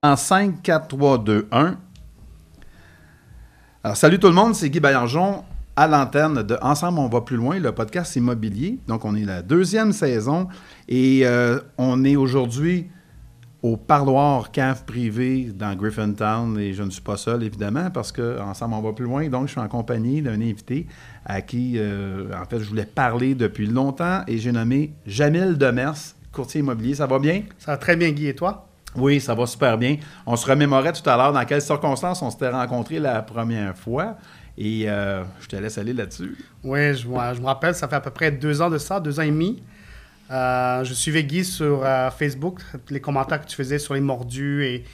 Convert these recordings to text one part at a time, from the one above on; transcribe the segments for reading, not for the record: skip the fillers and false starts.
En 5, 4, 3, 2, 1. Alors, salut tout le monde, c'est Guy Baillargeon à l'antenne de Ensemble, on va plus loin, le podcast immobilier. Donc, on est la deuxième saison et on est aujourd'hui au parloir cave privé dans Griffintown et je ne suis pas seul, évidemment, parce qu'Ensemble, on va plus loin. Donc, je suis en compagnie d'un invité à qui, en fait, je voulais parler depuis longtemps et j'ai nommé Jamil Demers, courtier immobilier. Ça va bien? Ça va très bien, Guy, et toi? Oui, ça va super bien. On se remémorait tout à l'heure dans quelles circonstances on s'était rencontrés la première fois. Et je te laisse aller là-dessus. Oui, je me rappelle, ça fait à peu près 2 ans de ça, 2 ans et demi. Je suivais Guy sur Facebook, les commentaires que tu faisais sur les mordus et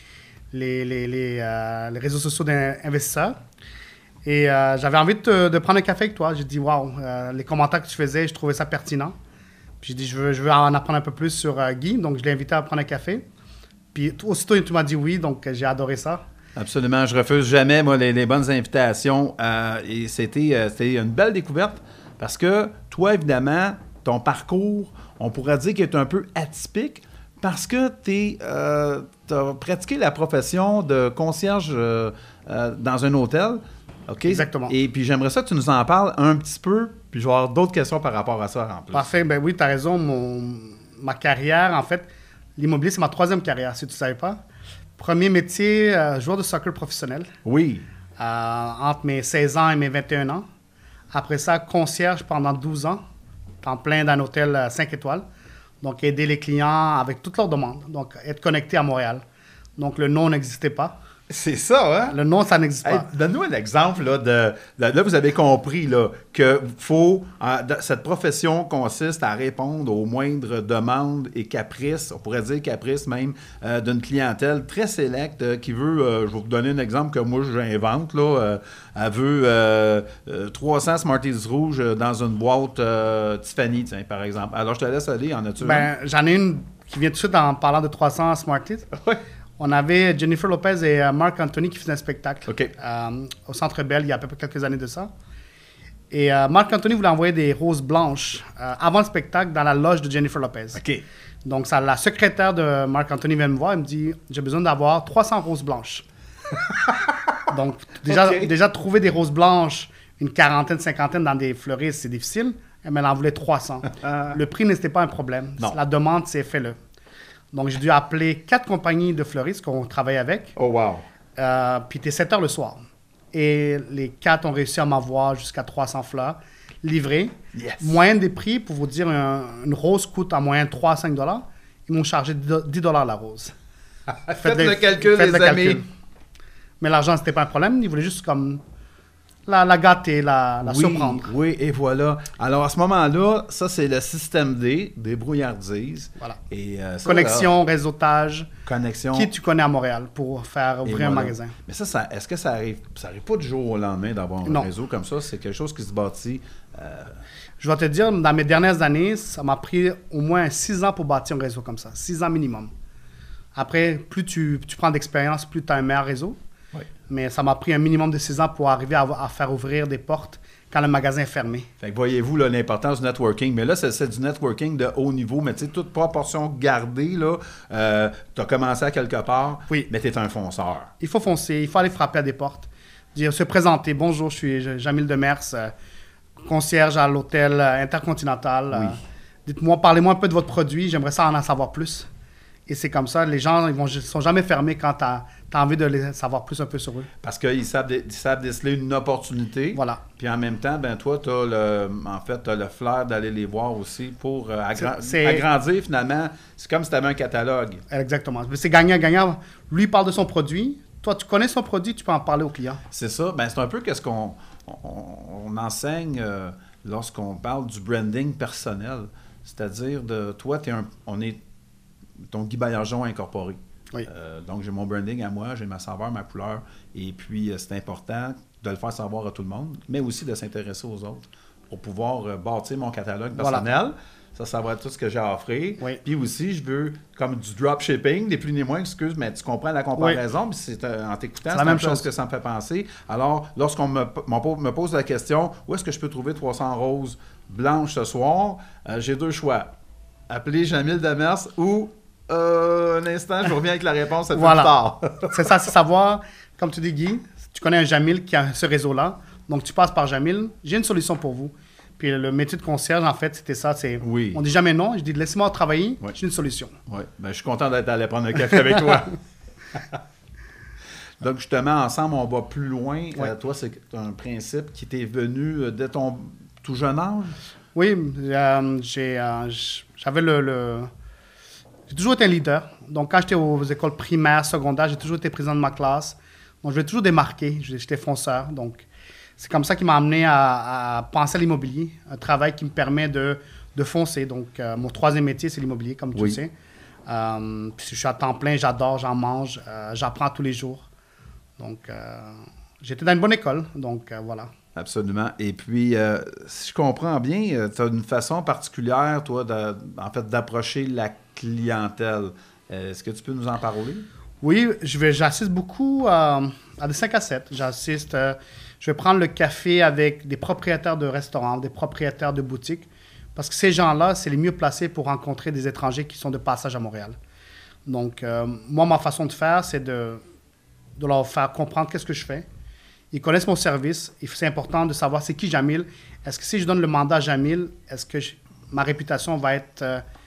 les réseaux sociaux d'investisseurs. Et j'avais envie de prendre un café avec toi. J'ai dit, waouh, les commentaires que tu faisais, je trouvais ça pertinent. Puis j'ai dit, je veux en apprendre un peu plus sur Guy. Donc, je l'ai invité à prendre un café. Puis aussitôt, tu m'as dit oui, donc j'ai adoré ça. Absolument, je refuse jamais, moi, les bonnes invitations. Et c'était une belle découverte parce que toi, évidemment, ton parcours, on pourrait dire qu'il est un peu atypique parce que tu as pratiqué la profession de concierge dans un hôtel. OK? Exactement. Et puis j'aimerais ça que tu nous en parles un petit peu, puis je vais avoir d'autres questions par rapport à ça en plus. Parfait, ben oui, tu as raison. Ma carrière, en fait, l'immobilier, c'est ma 3e carrière, si tu ne savais pas. Premier métier, joueur de soccer professionnel. Oui. Entre mes 16 ans et mes 21 ans. Après ça, concierge pendant 12 ans, en plein d'un hôtel 5 étoiles. Donc, aider les clients avec toutes leurs demandes. Donc, être connecté à Montréal. Donc, le nom n'existait pas. C'est ça, hein? Le nom, ça n'existe pas. Hey, donne-nous un exemple, là, là, vous avez compris, là, que cette profession consiste à répondre aux moindres demandes et caprices, on pourrait dire caprices même, d'une clientèle très sélecte qui veut, je vais vous donner un exemple que moi, j'invente, là, elle veut 300 Smarties rouges dans une boîte Tiffany, tiens, par exemple. Alors, je te laisse aller, en as-tu j'en ai une qui vient tout de suite en parlant de 300 Smarties. Oui. On avait Jennifer Lopez et Marc Anthony qui faisaient un spectacle au Centre Bell il y a à peu près quelques années de ça. Et Marc Anthony voulait envoyer des roses blanches avant le spectacle dans la loge de Jennifer Lopez. OK. Donc, la secrétaire de Marc Anthony vient me voir et me dit « J'ai besoin d'avoir 300 roses blanches. » Donc, déjà, trouver des roses blanches, une quarantaine, cinquantaine dans des fleuristes, c'est difficile. Mais elle en voulait 300. Le prix n'était pas un problème. Non. La demande, c'est fais-le. Donc, j'ai dû appeler 4 compagnies de fleuristes qu'on travaille avec. Oh, wow. Puis, il était 7 heures le soir. Et les 4 ont réussi à m'avoir jusqu'à 300 fleurs livrées. Yes. Moyenne des prix, pour vous dire, une rose coûte en moyenne 3 à 5 $. Ils m'ont chargé 10 $ la rose. Faites le calcul, les amis. Mais l'argent, c'était pas un problème. Ils voulaient juste comme la gâter, la surprendre. Oui, et voilà. Alors, à ce moment-là, ça, c'est le système D, débrouillardise. Voilà. Et, connexion, réseautage. Connexion. Qui tu connais à Montréal pour faire ouvrir un magasin? Mais ça, est-ce que ça arrive pas du jour au lendemain d'avoir un réseau comme ça? C'est quelque chose qui se bâtit. Je vais te dire, dans mes dernières années, ça m'a pris au moins 6 ans pour bâtir un réseau comme ça. 6 ans minimum. Après, plus tu prends d'expérience, plus tu as un meilleur réseau. Oui. Mais ça m'a pris un minimum de 6 ans pour arriver à faire ouvrir des portes quand le magasin est fermé. Fait que voyez-vous là, l'importance du networking. Mais là, c'est du networking de haut niveau. Mais tu sais, toute proportion gardée, là, tu as commencé à quelque part, oui. Mais tu es un fonceur. Il faut foncer, il faut aller frapper à des portes. Dire, se présenter. Bonjour, je suis Jamil Demers, concierge à l'hôtel Intercontinental. Oui. Dites-moi, parlez-moi un peu de votre produit. J'aimerais ça en savoir plus. Et c'est comme ça, les gens ils sont jamais fermés quand tu as envie de les savoir plus un peu sur eux. Parce qu'ils savent déceler une opportunité. Voilà. Puis en même temps, ben toi, tu as le flair d'aller les voir aussi pour agrandir finalement. C'est comme si tu avais un catalogue. Exactement. C'est gagnant-gagnant. Lui parle de son produit. Toi, tu connais son produit, tu peux en parler au client. C'est ça. Ben, c'est un peu qu'est-ce qu'on enseigne lorsqu'on parle du branding personnel. C'est-à-dire, on est ton Guy Baillargeon incorporé. Oui. Donc, j'ai mon branding à moi, j'ai ma saveur, ma couleur. Et puis, c'est important de le faire savoir à tout le monde, mais aussi de s'intéresser aux autres pour pouvoir bâtir mon catalogue personnel. Voilà. Ça va être tout ce que j'ai à offrir. Oui. Puis aussi, je veux comme du dropshipping, ni plus ni moins, excuse, mais tu comprends la comparaison. Oui. Puis c'est, en t'écoutant, c'est la même chose que ça me fait penser. Alors, lorsqu'on me pose la question, où est-ce que je peux trouver 300 roses blanches ce soir? J'ai 2 choix. Appeler Jamil Demers ou Un instant, je reviens avec la réponse, ça fait Voilà. plus tard. C'est ça, c'est savoir, comme tu dis, Guy, tu connais un Jamil qui a ce réseau-là, donc tu passes par Jamil, j'ai une solution pour vous. Puis le métier de concierge, en fait, c'était ça. Oui. On dit jamais non. Je dis, laissez-moi travailler, Oui. j'ai une solution. Oui, ben, je suis content d'être allé prendre un café avec toi. Donc, justement, ensemble, on va plus loin. Ouais. Toi, c'est un principe qui t'est venu dès ton tout jeune âge? Oui, j'avais j'ai toujours été un leader. Donc, quand j'étais aux écoles primaires, secondaires, j'ai toujours été président de ma classe. Donc, je vais toujours démarquer. J'étais fonceur. Donc, c'est comme ça qui m'a amené à penser à l'immobilier, un travail qui me permet de foncer. Donc, mon troisième métier, c'est l'immobilier, comme tu le sais. Puis, je suis à temps plein, j'adore, j'en mange, j'apprends tous les jours. Donc, j'étais dans une bonne école. Donc, voilà. Absolument. Et puis, si je comprends bien, tu as une façon particulière, toi, en fait, d'approcher la clientèle. Est-ce que tu peux nous en parler? Oui, j'assiste beaucoup à des 5 à 7. Je vais prendre le café avec des propriétaires de restaurants, des propriétaires de boutiques, parce que ces gens-là, c'est les mieux placés pour rencontrer des étrangers qui sont de passage à Montréal. Donc, moi, ma façon de faire, c'est de leur faire comprendre qu'est-ce que je fais. Ils connaissent mon service. C'est important de savoir c'est qui Jamil. Est-ce que si je donne le mandat à Jamil, est-ce que ma réputation va être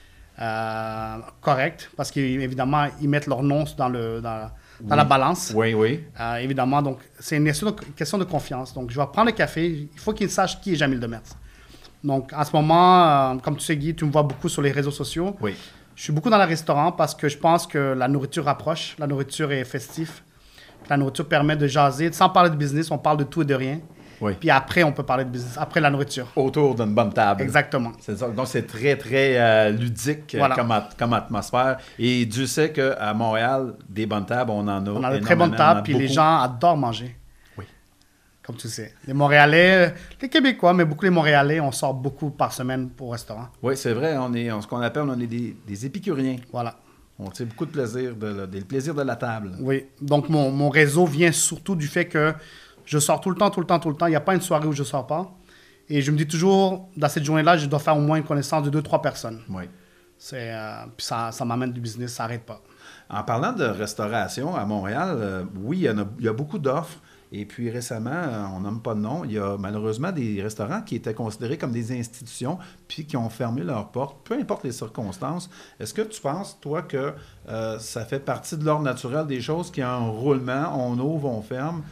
correcte? Parce qu'évidemment, ils mettent leur nom dans la balance. Oui, oui. Évidemment, donc c'est une question de confiance. Donc, je vais prendre le café. Il faut qu'ils sachent qui est Jamil Demers. Donc, en ce moment, comme tu sais, Guy, tu me vois beaucoup sur les réseaux sociaux. Oui. Je suis beaucoup dans le restaurant parce que je pense que la nourriture rapproche. La nourriture est festive. La nourriture permet de jaser. Sans parler de business, on parle de tout et de rien. Oui. Puis après, on peut parler de business. Après la nourriture. Autour d'une bonne table. Exactement. C'est ça. Donc, c'est très, très ludique Voilà. comme atmosphère. Et Dieu sait qu'à Montréal, des bonnes tables, on en a. On a de très bonnes tables, puis les gens adorent manger. Oui. Comme tu sais. Les Montréalais, les Québécois, mais beaucoup les Montréalais, on sort beaucoup par semaine au restaurant. Oui, c'est vrai. Ce qu'on appelle, on est des épicuriens. Voilà. On tire beaucoup de plaisir, des plaisirs de la table. Oui. Donc, mon réseau vient surtout du fait que je sors tout le temps. Il n'y a pas une soirée où je ne sors pas. Et je me dis toujours, dans cette journée-là, je dois faire au moins une connaissance de 2-3 personnes. Oui. Puis ça m'amène du business, ça n'arrête pas. En parlant de restauration à Montréal, oui, il y a beaucoup d'offres. Et puis récemment, on nomme pas de nom, il y a malheureusement des restaurants qui étaient considérés comme des institutions puis qui ont fermé leurs portes, peu importe les circonstances. Est-ce que tu penses, toi, que ça fait partie de l'ordre naturel des choses, qu'il y a un roulement, on ouvre, on ferme,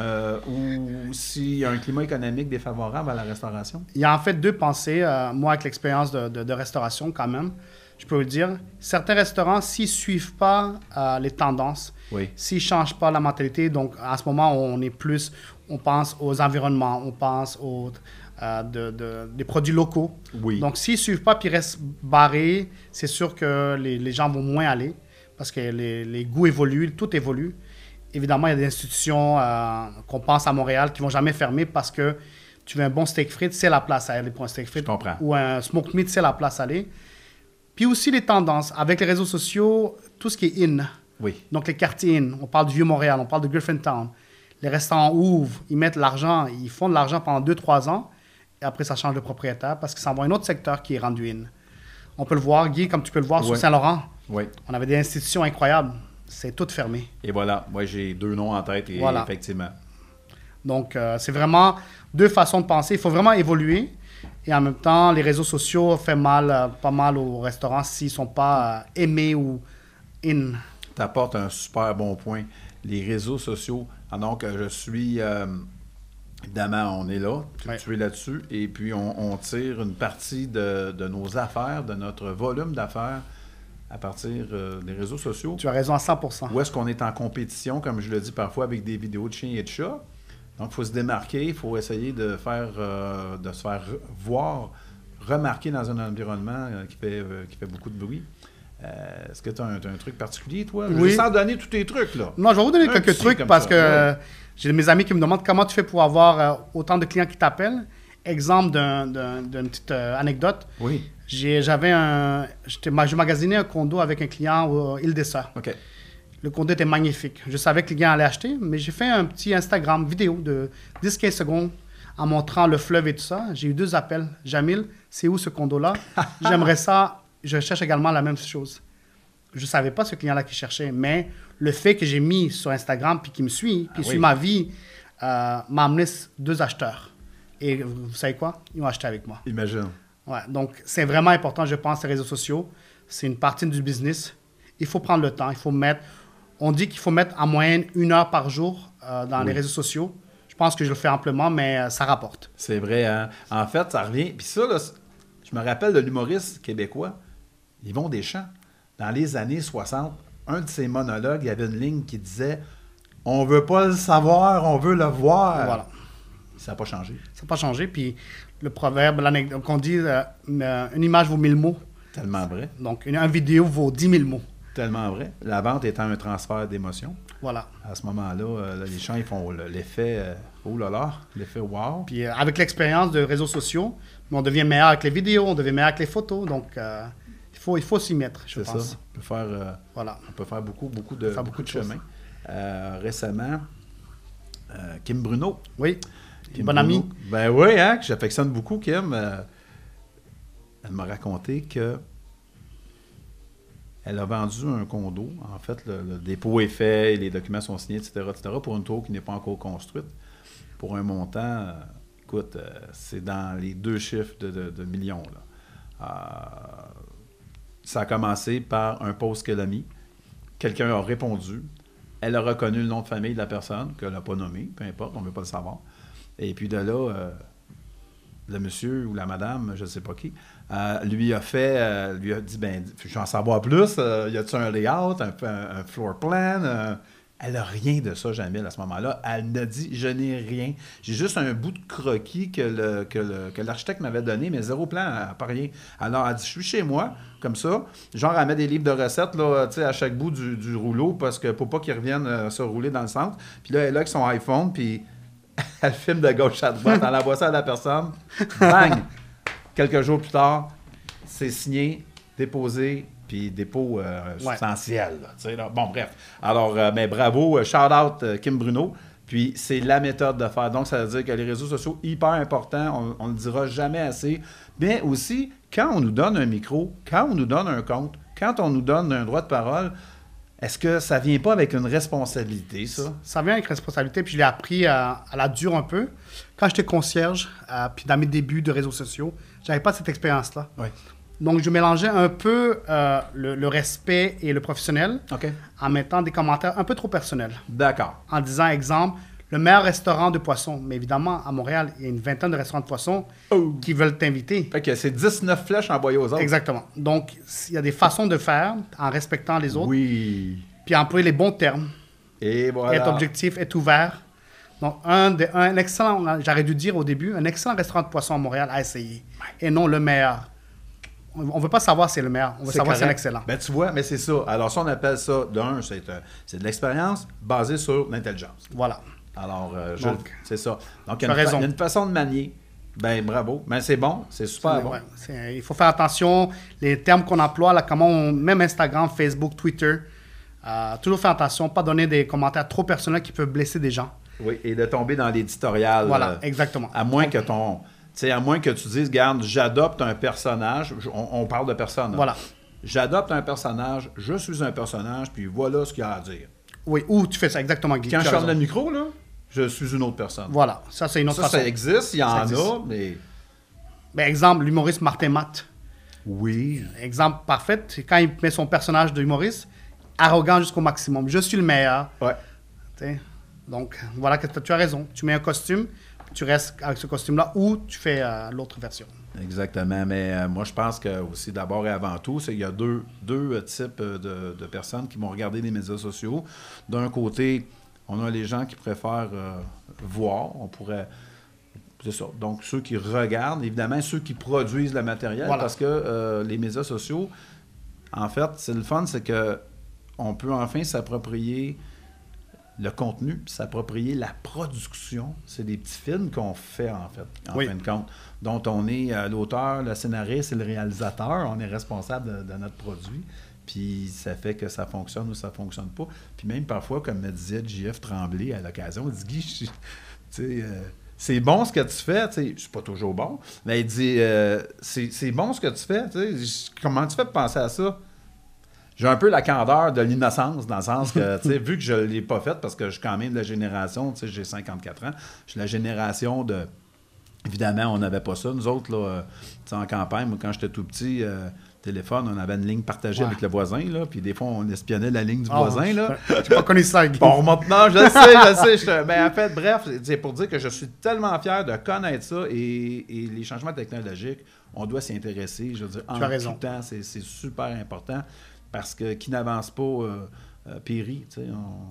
ou s'il y a un climat économique défavorable à la restauration? Il y a en fait deux pensées. Moi, avec l'expérience de restauration quand même, je peux vous le dire, certains restaurants, s'ils ne suivent pas les tendances, oui. S'ils ne changent pas la mentalité, donc à ce moment, on pense aux environnements, on pense des produits locaux. Oui. Donc, s'ils ne suivent pas et restent barrés, c'est sûr que les gens vont moins aller parce que les goûts évoluent, tout évolue. Évidemment, il y a des institutions qu'on pense à Montréal qui ne vont jamais fermer parce que tu veux un bon steak frites, c'est la place à aller pour un steak frites. Je comprends. Ou un smoked meat, c'est la place à aller. Puis aussi les tendances. Avec les réseaux sociaux, tout ce qui est in. Oui. Donc, les quartiers in, on parle du Vieux-Montréal, on parle de Griffintown. Les restaurants ouvrent, ils mettent l'argent, ils font de l'argent pendant 2-3 ans, et après, ça change de propriétaire parce que ça envoie un autre secteur qui est rendu in. On peut le voir, Guy, comme tu peux le voir sur Saint-Laurent. Oui. On avait des institutions incroyables. C'est tout fermé. Et voilà. Moi, j'ai 2 noms en tête, et Voilà. effectivement. Donc, c'est vraiment 2 façons de penser. Il faut vraiment évoluer. Et en même temps, les réseaux sociaux font pas mal aux restaurants s'ils ne sont pas aimés ou in. Tu apportes un super bon point. Les réseaux sociaux. Ah, donc, je suis... évidemment, on est là. Tu es là-dessus. Et puis, on tire une partie de nos affaires, de notre volume d'affaires à partir des réseaux sociaux. Tu as raison à 100%. Où est-ce qu'on est en compétition, comme je le dis parfois, avec des vidéos de chiens et de chats. Donc, il faut se démarquer. Il faut essayer de se faire voir, remarquer dans un environnement qui fait beaucoup de bruit. Est-ce que tu as un truc particulier, toi? Oui. Sans donner tous tes trucs, là. Non, je vais vous donner quelques trucs parce que j'ai mes amis qui me demandent comment tu fais pour avoir autant de clients qui t'appellent. Exemple d'une petite anecdote. Oui. Je magasinais un condo avec un client au Île-des-Sœurs. OK. Le condo était magnifique. Je savais que les clients allaient acheter, mais j'ai fait un petit Instagram vidéo de 10-15 secondes en montrant le fleuve et tout ça. J'ai eu 2 appels. Jamil, c'est où ce condo-là? J'aimerais ça. Je cherche également la même chose. je ne savais pas ce client-là qui cherchait, mais le fait que j'ai mis sur Instagram, puis qu'il me suit, puis suit ma vie, m'a amené 2 acheteurs. Et vous savez quoi? Ils ont acheté avec moi. Imagine. Ouais, donc, c'est vraiment important, je pense, les réseaux sociaux. C'est une partie du business. Il faut prendre le temps, il faut mettre... On dit qu'il faut mettre en moyenne 1 heure par jour dans les réseaux sociaux. Je pense que je le fais amplement, mais ça rapporte. C'est vrai, hein? En fait, ça revient... Puis ça, là, je me rappelle de l'humoriste québécois, Yvon Deschamps. Dans les années 60, un de ses monologues, il y avait une ligne qui disait « On veut pas le savoir, on veut le voir. » Voilà. Ça n'a pas changé. Ça n'a pas changé. Puis le proverbe, l'anecdote qu'on dit, une image vaut 1000 mots. Tellement vrai. Donc, une vidéo vaut 10 000 mots. Tellement vrai. La vente étant un transfert d'émotion. Voilà. À ce moment-là, les gens, ils font l'effet oh là là, l'effet wow. Puis avec l'expérience de réseaux sociaux, on devient meilleur avec les vidéos, on devient meilleur avec les photos. Donc, il faut s'y mettre, je pense. C'est ça. On peut faire beaucoup de chemin. Récemment, Kim Bruno. Oui. Kim Bonne Bruno. amie. Ben oui, hein, que j'affectionne beaucoup, Kim. Elle m'a raconté que elle a vendu un condo. En fait, le dépôt est fait, les documents sont signés, etc., pour une tour qui n'est pas encore construite. Pour un montant, écoute, c'est dans les 2 chiffres de millions. Là. Ça a commencé par un post qu'elle a mis. Quelqu'un a répondu. Elle a reconnu le nom de famille de la personne, qu'elle n'a pas nommé, peu importe, on ne veut pas le savoir. Et puis de là, le monsieur ou la madame, je ne sais pas qui, lui a dit, ben, je veux en savoir plus, y a-t-il un layout, un floor plan? Elle n'a rien de ça, Jamil, à ce moment-là. Elle n'a dit, je n'ai rien. J'ai juste un bout de croquis que l'architecte m'avait donné, mais 0 plan, pas rien. Alors, elle dit, je suis chez moi, comme ça. Genre, elle met des livres de recettes là, à chaque bout du rouleau, parce que pour pas qu'ils reviennent se rouler dans le centre. Puis là, elle est là avec son iPhone, puis elle filme de gauche à droite, elle envoie ça à la personne. Bang! Quelques jours plus tard, c'est signé, déposé, puis dépôt substantiel. Là. Bon, bref. Alors, mais bravo, shout-out Kim Bruno. Puis, c'est la méthode de faire. Donc, ça veut dire que les réseaux sociaux, hyper importants, on ne le dira jamais assez. Mais aussi, quand on nous donne un micro, quand on nous donne un compte, quand on nous donne un droit de parole, est-ce que ça vient pas avec une responsabilité, ça? Ça vient avec responsabilité, puis je l'ai appris à la dure un peu. Quand j'étais concierge, puis dans mes débuts de réseaux sociaux, j'avais pas cette expérience-là. Oui. Donc, je mélangeais un peu le respect et le professionnel en mettant des commentaires un peu trop personnels. D'accord. En disant, exemple, le meilleur restaurant de poissons. Mais évidemment, à Montréal, il y a une vingtaine de restaurants de poissons qui veulent t'inviter. Fait que c'est 19 flèches envoyées aux autres. Exactement. Donc, il y a des façons de faire en respectant les autres. Oui. Puis employer les bons termes. Et voilà. Être objectif, être ouvert. Donc, un excellent, j'aurais dû dire au début, un excellent restaurant de poissons à Montréal à essayer. Et non le meilleur. On ne veut pas savoir si c'est le meilleur. On veut savoir si c'est l'excellent. Ben, tu vois, mais c'est ça. Alors, ça, on appelle ça, c'est de l'expérience basée sur l'intelligence. Voilà. Alors, c'est ça. Donc, il y a une façon de manier. Ben, bravo. Ben, c'est bon. C'est super bon. Ouais, il faut faire attention. Les termes qu'on emploie, là, même Instagram, Facebook, Twitter, toujours faire attention. Pas donner des commentaires trop personnels qui peuvent blesser des gens. Oui, et de tomber dans l'éditorial. Voilà, exactement. À moins que à moins que tu dises, regarde, j'adopte un personnage, on parle de personnage. Voilà. J'adopte un personnage, je suis un personnage, puis voilà ce qu'il y a à dire. Oui, ou tu fais ça, exactement, Guy. Quand je ferme le micro, là, je suis une autre personne. Voilà, ça c'est une autre façon. Ça existe, il y en a, mais... Ben, exemple, l'humoriste Martin Matt. Oui. Exemple parfait, c'est quand il met son personnage de humoriste, arrogant jusqu'au maximum. Je suis le meilleur. Ouais. T'sais? Donc, voilà, tu as raison. Tu mets un costume, tu restes avec ce costume-là, ou tu fais l'autre version. Exactement. Mais moi, je pense que aussi, d'abord et avant tout, il y a deux types de personnes qui vont regarder les médias sociaux. D'un côté, on a les gens qui préfèrent voir. On pourrait... C'est ça. Donc, ceux qui regardent, évidemment, ceux qui produisent le matériel, voilà. Parce que les médias sociaux, en fait, c'est le fun, c'est que on peut enfin s'approprier le contenu, s'approprier la production. C'est des petits films qu'on fait, en fait, en fin de compte, dont on est l'auteur, le scénariste et le réalisateur. On est responsable de notre produit. Puis ça fait que ça fonctionne ou ça fonctionne pas. Puis même parfois, comme me disait JF Tremblay à l'occasion, il dit « Guy, tu sais... c'est bon ce que tu fais, tu sais, c'est pas toujours bon, mais il dit c'est bon ce que tu fais, tu sais, comment tu fais pour penser à ça? J'ai un peu la candeur de l'innocence, dans le sens que, tu sais, vu que je ne l'ai pas faite, parce que je suis quand même de la génération, tu sais, j'ai 54 ans, je suis la génération de... Évidemment, on n'avait pas ça. Nous autres, là, tu sais, en campagne, moi, quand j'étais tout petit, téléphone, on avait une ligne partagée avec le voisin, là, puis des fois, on espionnait la ligne du voisin, là. Tu n'as pas connu ça, Guy. Bon, maintenant, je sais. Ben, en fait, bref, c'est pour dire que je suis tellement fier de connaître ça et les changements technologiques, on doit s'y intéresser. Je veux dire, en tout temps, c'est super important parce que qui n'avance pas périt, tu sais.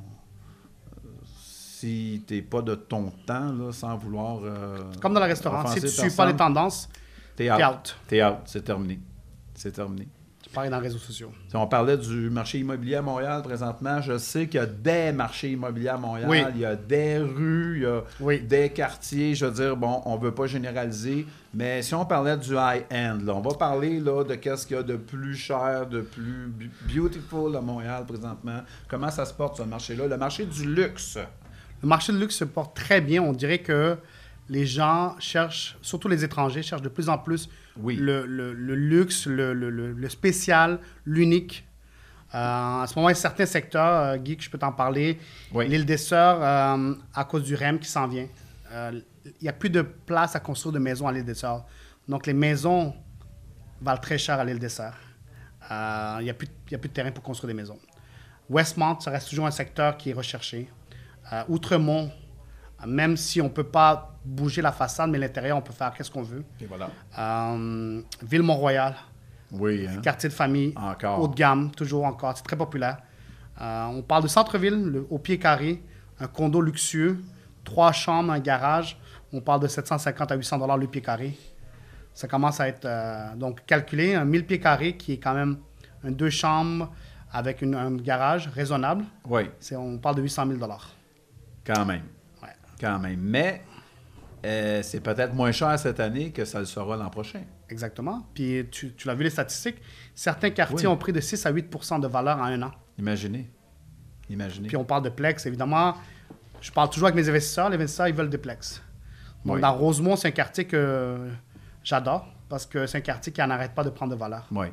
Si tu n'es pas de ton temps, là, sans vouloir... Comme dans le restaurant, si tu ne suis pas les tendances, t'es out. T'es out, c'est terminé. C'est terminé. Tu parles dans les réseaux sociaux. Si on parlait du marché immobilier à Montréal présentement, je sais qu'il y a des marchés immobiliers à Montréal, oui. Il y a des rues, il y a des quartiers. Je veux dire, bon, on ne veut pas généraliser, mais si on parlait du high-end, on va parler là, de qu'est-ce qu'il y a de plus cher, de plus beautiful à Montréal présentement. Comment ça se porte, ce marché-là? Le marché du luxe. Le marché du luxe se porte très bien. On dirait que les gens cherchent, surtout les étrangers, cherchent de plus en plus le luxe, le spécial, l'unique. À ce moment, il y a certains secteurs, Guy, que je peux t'en parler. Oui. L'île des Sœurs, à cause du REM qui s'en vient. Il n'y a plus de place à construire de maisons à l'île des Sœurs. Donc, les maisons valent très cher à l'île des Sœurs. Il n'y a plus de terrain pour construire des maisons. Westmount, ça reste toujours un secteur qui est recherché. Outremont, même si on ne peut pas bouger la façade, mais l'intérieur, on peut faire qu'est-ce qu'on veut. Et voilà. Ville-Mont-Royal. Oui. Hein? Quartier de famille. Encore. Haut de gamme, toujours encore. C'est très populaire. On parle de centre-ville, au pied carré, un condo luxueux, 3 chambres, un garage. On parle de 750 à 800 $ le pied carré. Ça commence à être donc calculé. Un 1000 pieds carrés qui est quand même un 2 chambres avec un garage raisonnable. Oui. On parle de 800 000 $. Quand même. Ouais. Quand même. Mais c'est peut-être moins cher cette année que ça le sera l'an prochain. Exactement. Puis tu l'as vu les statistiques. Certains quartiers ont pris de 6 à 8 % de valeur en un an. Imaginez. Puis on parle de Plex, évidemment. Je parle toujours avec mes investisseurs. Les investisseurs, ils veulent des Plex. Donc, dans Rosemont, c'est un quartier que j'adore parce que c'est un quartier qui n'arrête pas de prendre de valeur. Oui.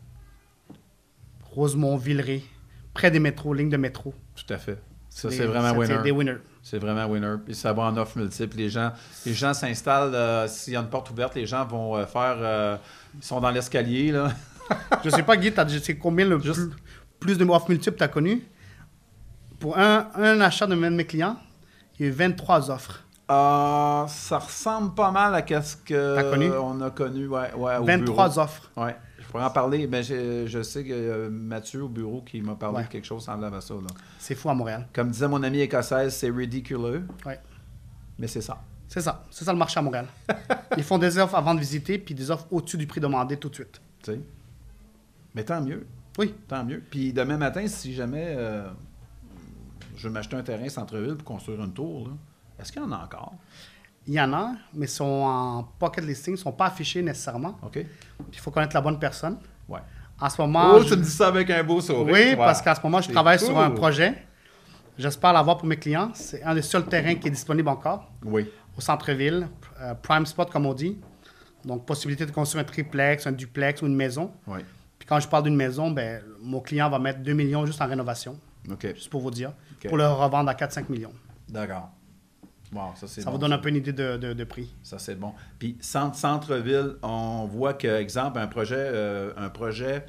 Rosemont, Villeray, près des métros, lignes de métro. Tout à fait. Ça, c'est vraiment winner. C'est des winners. C'est vraiment winner. Puis ça va en offre multiples. Les gens s'installent. S'il y a une porte ouverte, les gens vont faire... ils sont dans l'escalier, là. Je sais pas, Guy, tu sais combien plus de offres multiples tu as connu? Pour un achat de mes clients, il y a eu 23 offres. Ça ressemble pas mal à ce qu'on a connu. Ouais, 23 bureau. Offres. Ouais. Je pourrais en parler, mais je sais que Mathieu au bureau qui m'a parlé de quelque chose semblable à ça. C'est fou à Montréal. Comme disait mon ami écossaise, c'est ridiculeux. Oui. Mais c'est ça. C'est ça. C'est ça le marché à Montréal. Ils font des offres avant de visiter, puis des offres au-dessus du prix demandé tout de suite. Tu sais. Mais tant mieux. Oui. Tant mieux. Puis demain matin, si jamais je veux m'acheter un terrain centre-ville pour construire une tour, là, est-ce qu'il y en a encore? Il y en a, mais ils sont en pocket listing, ils ne sont pas affichés nécessairement. OK. Il faut connaître la bonne personne. Ouais. En ce moment... tu me dis ça avec un beau sourire. Oui, parce qu'en ce moment, je travaille sur un projet. J'espère l'avoir pour mes clients. C'est un des seuls terrains qui est disponible encore. Oui. Au centre-ville. Prime spot, comme on dit. Donc, possibilité de construire un triplex, un duplex ou une maison. Oui. Puis quand je parle d'une maison, mon client va mettre 2 millions juste en rénovation. OK. Juste pour vous dire. Okay. Pour le revendre à 4-5 millions. D'accord. Wow, ça vous donne un peu une idée de prix. Ça, c'est bon. Puis, centre-ville, on voit que, exemple, un projet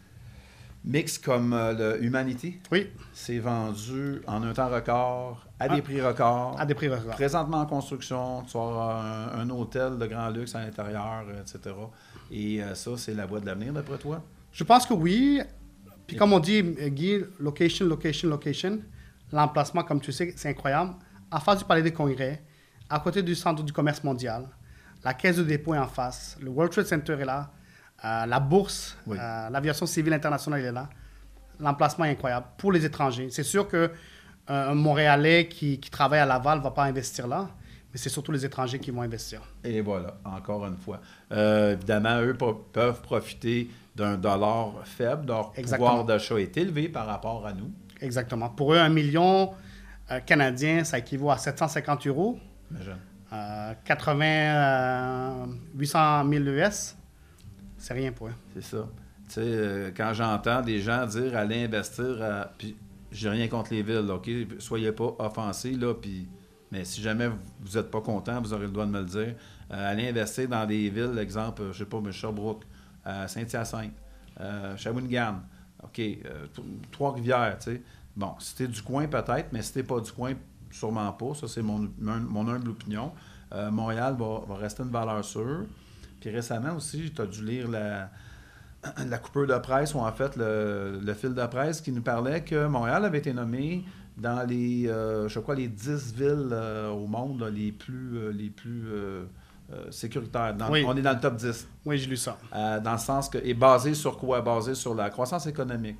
mixte comme le Humanity, c'est vendu en un temps record, à des prix records. À des prix records. Présentement en construction, tu auras un hôtel de grand luxe à l'intérieur, etc. Et ça, c'est la voie de l'avenir, d'après toi? Je pense que oui. Puis comme on dit, Guy, location. L'emplacement, comme tu sais, c'est incroyable. En face du Palais des Congrès, à côté du Centre du commerce mondial, la Caisse de dépôt est en face, le World Trade Center est là, la bourse, l'aviation civile internationale est là. L'emplacement est incroyable pour les étrangers. C'est sûr qu'un Montréalais qui travaille à Laval ne va pas investir là, mais c'est surtout les étrangers qui vont investir. Et voilà, encore une fois. Évidemment, eux peuvent profiter d'un dollar faible. Leur pouvoir d'achat est élevé par rapport à nous. Exactement. Pour eux, 1 million canadien, ça équivaut à 750 €. Imagine. 800 000 US, c'est rien pour eux. C'est ça. sais, quand j'entends des gens dire aller investir, puis j'ai rien contre les villes, OK? Soyez pas offensés, là, puis... Mais si jamais vous n'êtes pas content, vous aurez le droit de me le dire. Allez investir dans des villes, exemple, je sais pas, mais Sherbrooke, Saint-Hyacinthe, Shawinigan, OK, Trois-Rivières, tu sais. Bon, si t'es du coin, peut-être, mais si t'es pas du coin, sûrement pas. Ça, c'est mon humble opinion. Montréal va rester une valeur sûre. Puis récemment aussi, tu as dû lire la coupure de presse, ou en fait le fil de presse qui nous parlait que Montréal avait été nommé dans les, je crois, les 10 villes au monde là, les plus sécuritaires. Oui. On est dans le top 10. Oui, j'ai lu ça. Dans le sens que... Et basé sur quoi? Basé sur la croissance économique,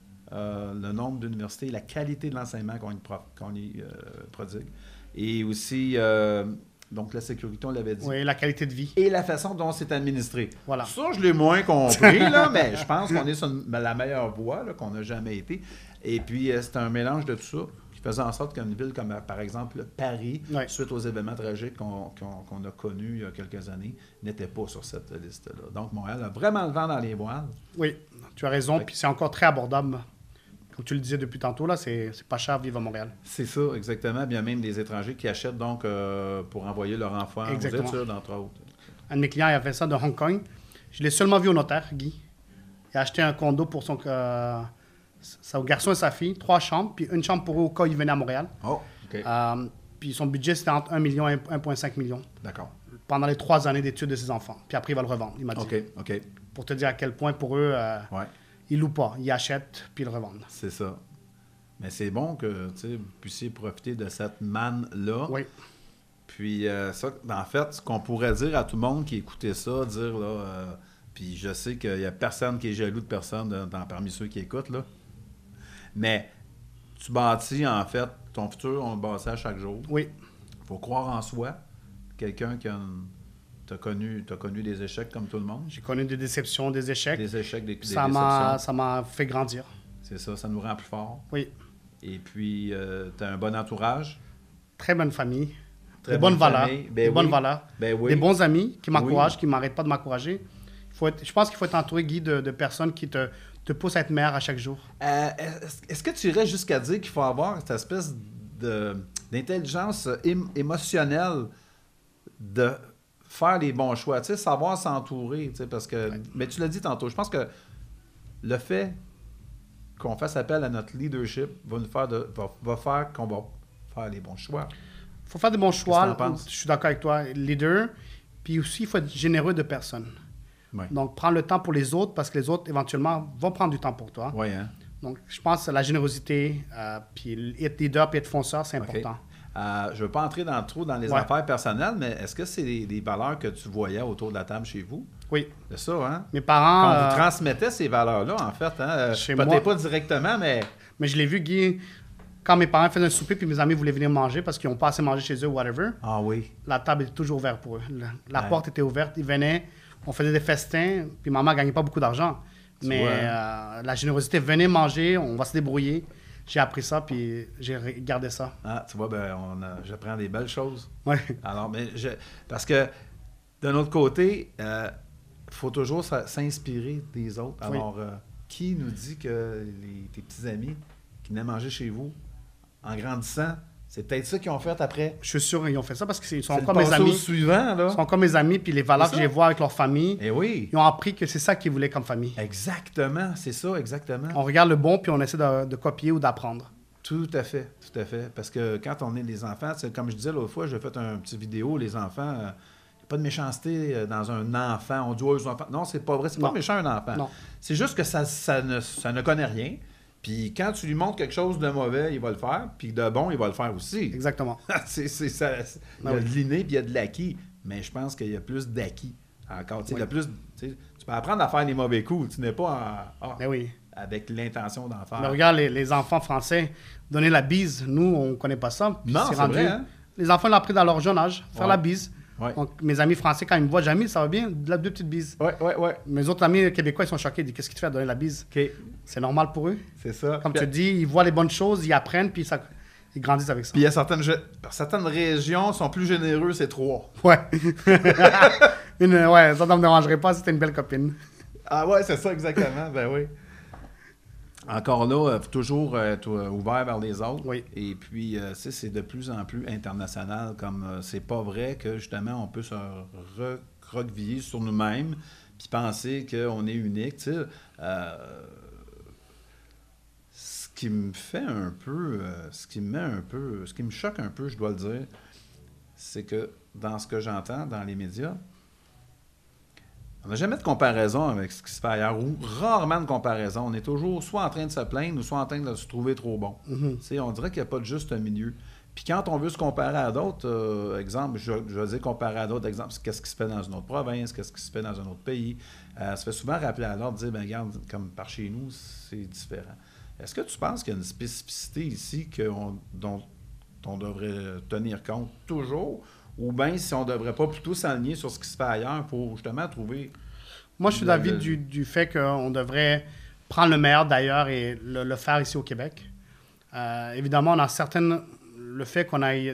le nombre d'universités, la qualité de l'enseignement qu'on y prodigue. Et aussi... donc, la sécurité, on l'avait dit. Oui, la qualité de vie. Et la façon dont c'est administré. Voilà. Ça, je l'ai moins compris, là, mais je pense qu'on est sur la meilleure voie là, qu'on n'a jamais été. Et puis, c'est un mélange de tout ça qui faisait en sorte qu'une ville comme, par exemple, Paris, oui. suite aux événements tragiques qu'on a connus il y a quelques années, n'était pas sur cette liste-là. Donc, Montréal a vraiment le vent dans les voiles. Oui, tu as raison. Puis c'est encore très abordable. Comme tu le disais depuis tantôt, là, c'est pas cher vivre à Montréal. C'est ça, exactement. Il y a même des étrangers qui achètent donc pour envoyer leur enfant aux études, entre autres. Un de mes clients il a fait ça de Hong Kong. Je l'ai seulement vu au notaire, Guy. Il a acheté un condo pour son garçon et sa fille, 3 chambres, puis une chambre pour eux au cas où ils venaient à Montréal. Oh, OK. Puis son budget, c'était entre 1 million et 1,5 million. D'accord. Pendant les 3 années d'études de ses enfants. Puis après, il va le revendre, il m'a dit. OK. Pour te dire à quel point, pour eux, ouais. Ils louent pas. Ils achètent, puis ils le revendent. C'est ça. Mais c'est bon que vous puissiez profiter de cette manne-là. Oui. Puis ça, en fait, ce qu'on pourrait dire à tout le monde qui écoutait ça, dire là, puis je sais qu'il n'y a personne qui est jaloux de personne parmi ceux qui écoutent, là. Mais tu bâtis, en fait, ton futur, on le bâtit à chaque jour. Oui. Il faut croire en soi. Quelqu'un qui a T'as connu des échecs comme tout le monde? J'ai connu des déceptions, des échecs. Des échecs, des déceptions. Ça m'a fait grandir. C'est ça, ça nous rend plus forts. Oui. Et puis, tu as un bon entourage. Très bonne famille. Très des bonnes valeurs. Ben des bonnes valeurs. Ben oui. Des bons amis qui m'encouragent, qui ne m'arrêtent pas de m'encourager. Je pense qu'il faut être entouré, Guy, de personnes qui te poussent à être meilleur à chaque jour. Est-ce que tu irais jusqu'à dire qu'il faut avoir cette espèce d'intelligence émotionnelle de faire les bons choix, tu sais, savoir s'entourer, tu sais, parce que... Ouais. Mais tu l'as dit tantôt, je pense que le fait qu'on fasse appel à notre leadership va faire qu'on va faire les bons choix. Il faut faire des bons choix. Qu'est-ce que t'en penses? Je suis d'accord avec toi, leader. Puis aussi, il faut être généreux de personnes. Ouais. Donc, prendre le temps pour les autres, parce que les autres, éventuellement, vont prendre du temps pour toi. Oui, hein? Donc, je pense que la générosité, puis être leader, puis être fonceur, c'est important. Je ne veux pas entrer trop dans les affaires personnelles, mais est-ce que c'est des valeurs que tu voyais autour de la table chez vous? Oui. C'est ça, hein? Mes parents... Quand vous transmettez ces valeurs-là, en fait, hein? Peut-être pas directement, mais... Mais je l'ai vu, Guy, quand mes parents faisaient un souper, puis mes amis voulaient venir manger parce qu'ils n'ont pas assez mangé chez eux, whatever. Ah oui. La table était toujours ouverte pour eux. La porte était ouverte, ils venaient, on faisait des festins, puis maman ne gagnait pas beaucoup d'argent. Mais la générosité, venez manger, on va se débrouiller. J'ai appris ça, puis j'ai gardé ça. Ah, tu vois, j'apprends des belles choses. Oui. Alors, parce que, d'un autre côté, faut toujours s'inspirer des autres. Alors, qui nous dit que tes petits amis qui venaient manger chez vous, en grandissant, c'est peut-être ça qu'ils ont fait après? Je suis sûr qu'ils ont fait ça parce qu'ils sont encore mes amis. Suivant, là. Ils sont encore mes amis, puis les valeurs que je vois avec leur famille, ils ont appris que c'est ça qu'ils voulaient comme famille. Exactement, c'est ça, exactement. On regarde le bon, puis on essaie de copier ou d'apprendre. Tout à fait, tout à fait. Parce que quand on est des enfants, comme je disais l'autre fois, j'ai fait un petit vidéo, les enfants, il n'y a pas de méchanceté dans un enfant. On dit, aux enfants. Non, c'est pas vrai, c'est pas méchant un enfant. Non. C'est juste que ça ne connaît rien. Puis quand tu lui montres quelque chose de mauvais, il va le faire. Puis de bon, il va le faire aussi. Exactement. Il y a de l'inné puis il y a de l'acquis. Mais je pense qu'il y a plus d'acquis encore. Tu peux apprendre à faire les mauvais coups. Tu n'es pas avec l'intention d'en faire. Mais regarde, les enfants français, donner la bise, nous, on ne connaît pas ça. Non, c'est vrai. Hein? Les enfants l'ont appris dans leur jeune âge, faire la bise. Ouais. Donc, mes amis français, quand ils me voient, jamais, ça va bien, deux petites bises. Ouais. Mes autres amis québécois, ils sont choqués. Ils disent, qu'est-ce qui te fait à donner la bise? Okay. C'est normal pour eux. C'est ça. Comme tu dis, ils voient les bonnes choses, ils apprennent, puis ils grandissent avec ça. Puis il y a certaines régions sont plus généreux, c'est 3. Ouais. Ça ne me dérangerait pas si c'était une belle copine. Ah ouais, c'est ça exactement, ben oui. Encore là, toujours être ouvert vers les autres. Oui. Et puis, c'est de plus en plus international. Comme c'est pas vrai que justement, on peut se recroqueviller sur nous-mêmes puis penser qu'on est unique. Tu sais, ce qui me fait un peu, ce qui me choque un peu, je dois le dire, c'est que dans ce que j'entends dans les médias, on n'a jamais de comparaison avec ce qui se fait ailleurs, ou rarement de comparaison. On est toujours soit en train de se plaindre ou soit en train de se trouver trop bon. On dirait qu'il n'y a pas de juste milieu. Puis quand on veut se comparer à d'autres, exemple, je veux dire comparer à d'autres exemples, qu'est-ce qui se fait dans une autre province, qu'est-ce qui se fait dans un autre pays, ça fait souvent rappeler à l'ordre, dire, ben regarde, comme par chez nous, c'est différent. Est-ce que tu penses qu'il y a une spécificité ici dont on devrait tenir compte toujours? Ou bien si on ne devrait pas plutôt s'aligner sur ce qui se fait ailleurs pour justement trouver... Moi, je suis d'avis du fait qu'on devrait prendre le meilleur d'ailleurs et le faire ici au Québec. Évidemment, on a le fait qu'on ait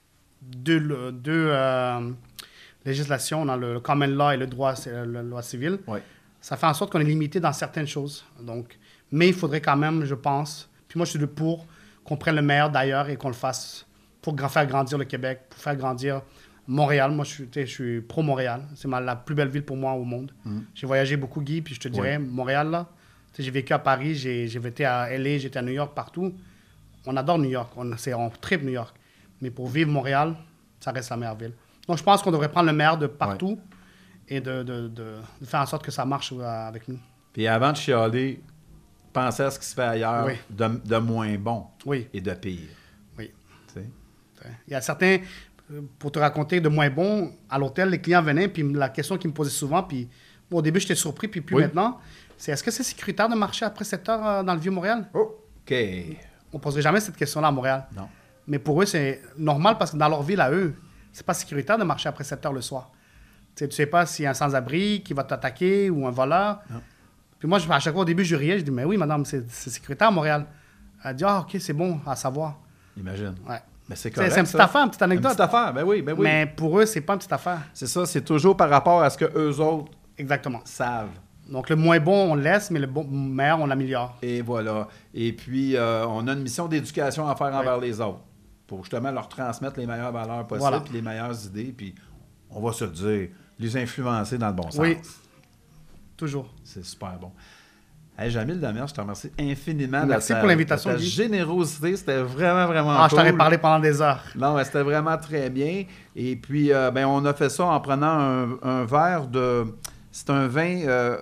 deux législations, on a le common law et le droit, la loi civile, ça fait en sorte qu'on est limité dans certaines choses. Donc, mais il faudrait quand même, je pense, puis moi je suis pour qu'on prenne le meilleur d'ailleurs et qu'on le fasse pour faire grandir le Québec, pour faire grandir Montréal. Moi, je suis pro-Montréal. C'est la plus belle ville pour moi au monde. J'ai voyagé beaucoup, Guy, puis je te dirais, Montréal, là, j'ai vécu à Paris, j'ai été à LA, j'étais à New York, partout. On adore New York, on tripe New York. Mais pour vivre Montréal, ça reste la meilleure ville. Donc, je pense qu'on devrait prendre le meilleur de partout et de faire en sorte que ça marche avec nous. Puis avant de chialer, penser à ce qui se fait ailleurs de moins bon et de pire. Oui. T'sais? Il y a certains, pour te raconter, de moins bons, à l'hôtel, les clients venaient, puis la question qu'ils me posaient souvent, puis au début, j'étais surpris, puis maintenant, c'est est-ce que c'est sécuritaire de marcher après 7 heures dans le Vieux-Montréal? OK. On ne poserait jamais cette question-là à Montréal. Non. Mais pour eux, c'est normal parce que dans leur ville, à eux, c'est pas sécuritaire de marcher après 7 heures le soir. Tu sais pas s'il y a un sans-abri qui va t'attaquer ou un voleur. Non. Puis moi, à chaque fois, au début, je riais. Je dis, mais oui, madame, c'est sécuritaire à Montréal. Elle dit, OK, c'est bon à savoir. Imagine. Ouais. Mais c'est correct. C'est une petite affaire, une petite anecdote. Une petite affaire, ben oui. Mais pour eux, c'est pas une petite affaire. C'est ça, c'est toujours par rapport à ce que eux autres savent. Donc, le moins bon, on le laisse, mais le meilleur, on l'améliore. Et voilà. Et puis, on a une mission d'éducation à faire envers les autres pour justement leur transmettre les meilleures valeurs possibles puis les meilleures idées. Puis, on va se le dire, les influencer dans le bon sens. Oui, toujours. C'est super bon. Hey, Jamil Demers, je te remercie infiniment. Merci pour l'invitation. Ta générosité, c'était vraiment, vraiment cool. Je t'aurais cool. parlé pendant des heures. Non, mais c'était vraiment très bien. Et puis, on a fait ça en prenant un verre de... C'est un vin,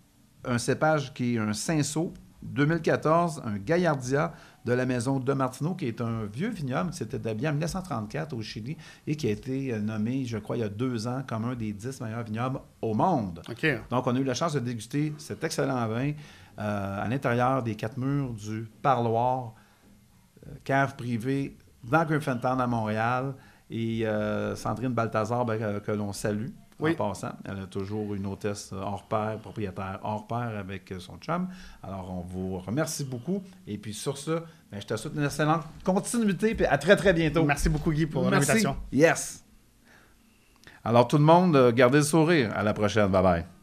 un cépage qui est un Cinsault, 2014, un Gaillardia de la maison de Martineau, qui est un vieux vignoble qui s'est établi en 1934 au Chili et qui a été nommé, je crois, il y a 2 ans, comme un des 10 meilleurs vignobles au monde. Okay. Donc, on a eu la chance de déguster cet excellent vin à l'intérieur des 4 murs du Parloir, cave privée dans Griffintown à Montréal. Et Sandrine Balthazar, que l'on salue. En passant, elle a toujours une hôtesse hors pair, propriétaire hors pair avec son chum. Alors, on vous remercie beaucoup. Et puis, sur ce, je te souhaite une excellente continuité et à très, très bientôt. Merci beaucoup, Guy, pour l'invitation. Yes. Alors, tout le monde, gardez le sourire. À la prochaine. Bye-bye.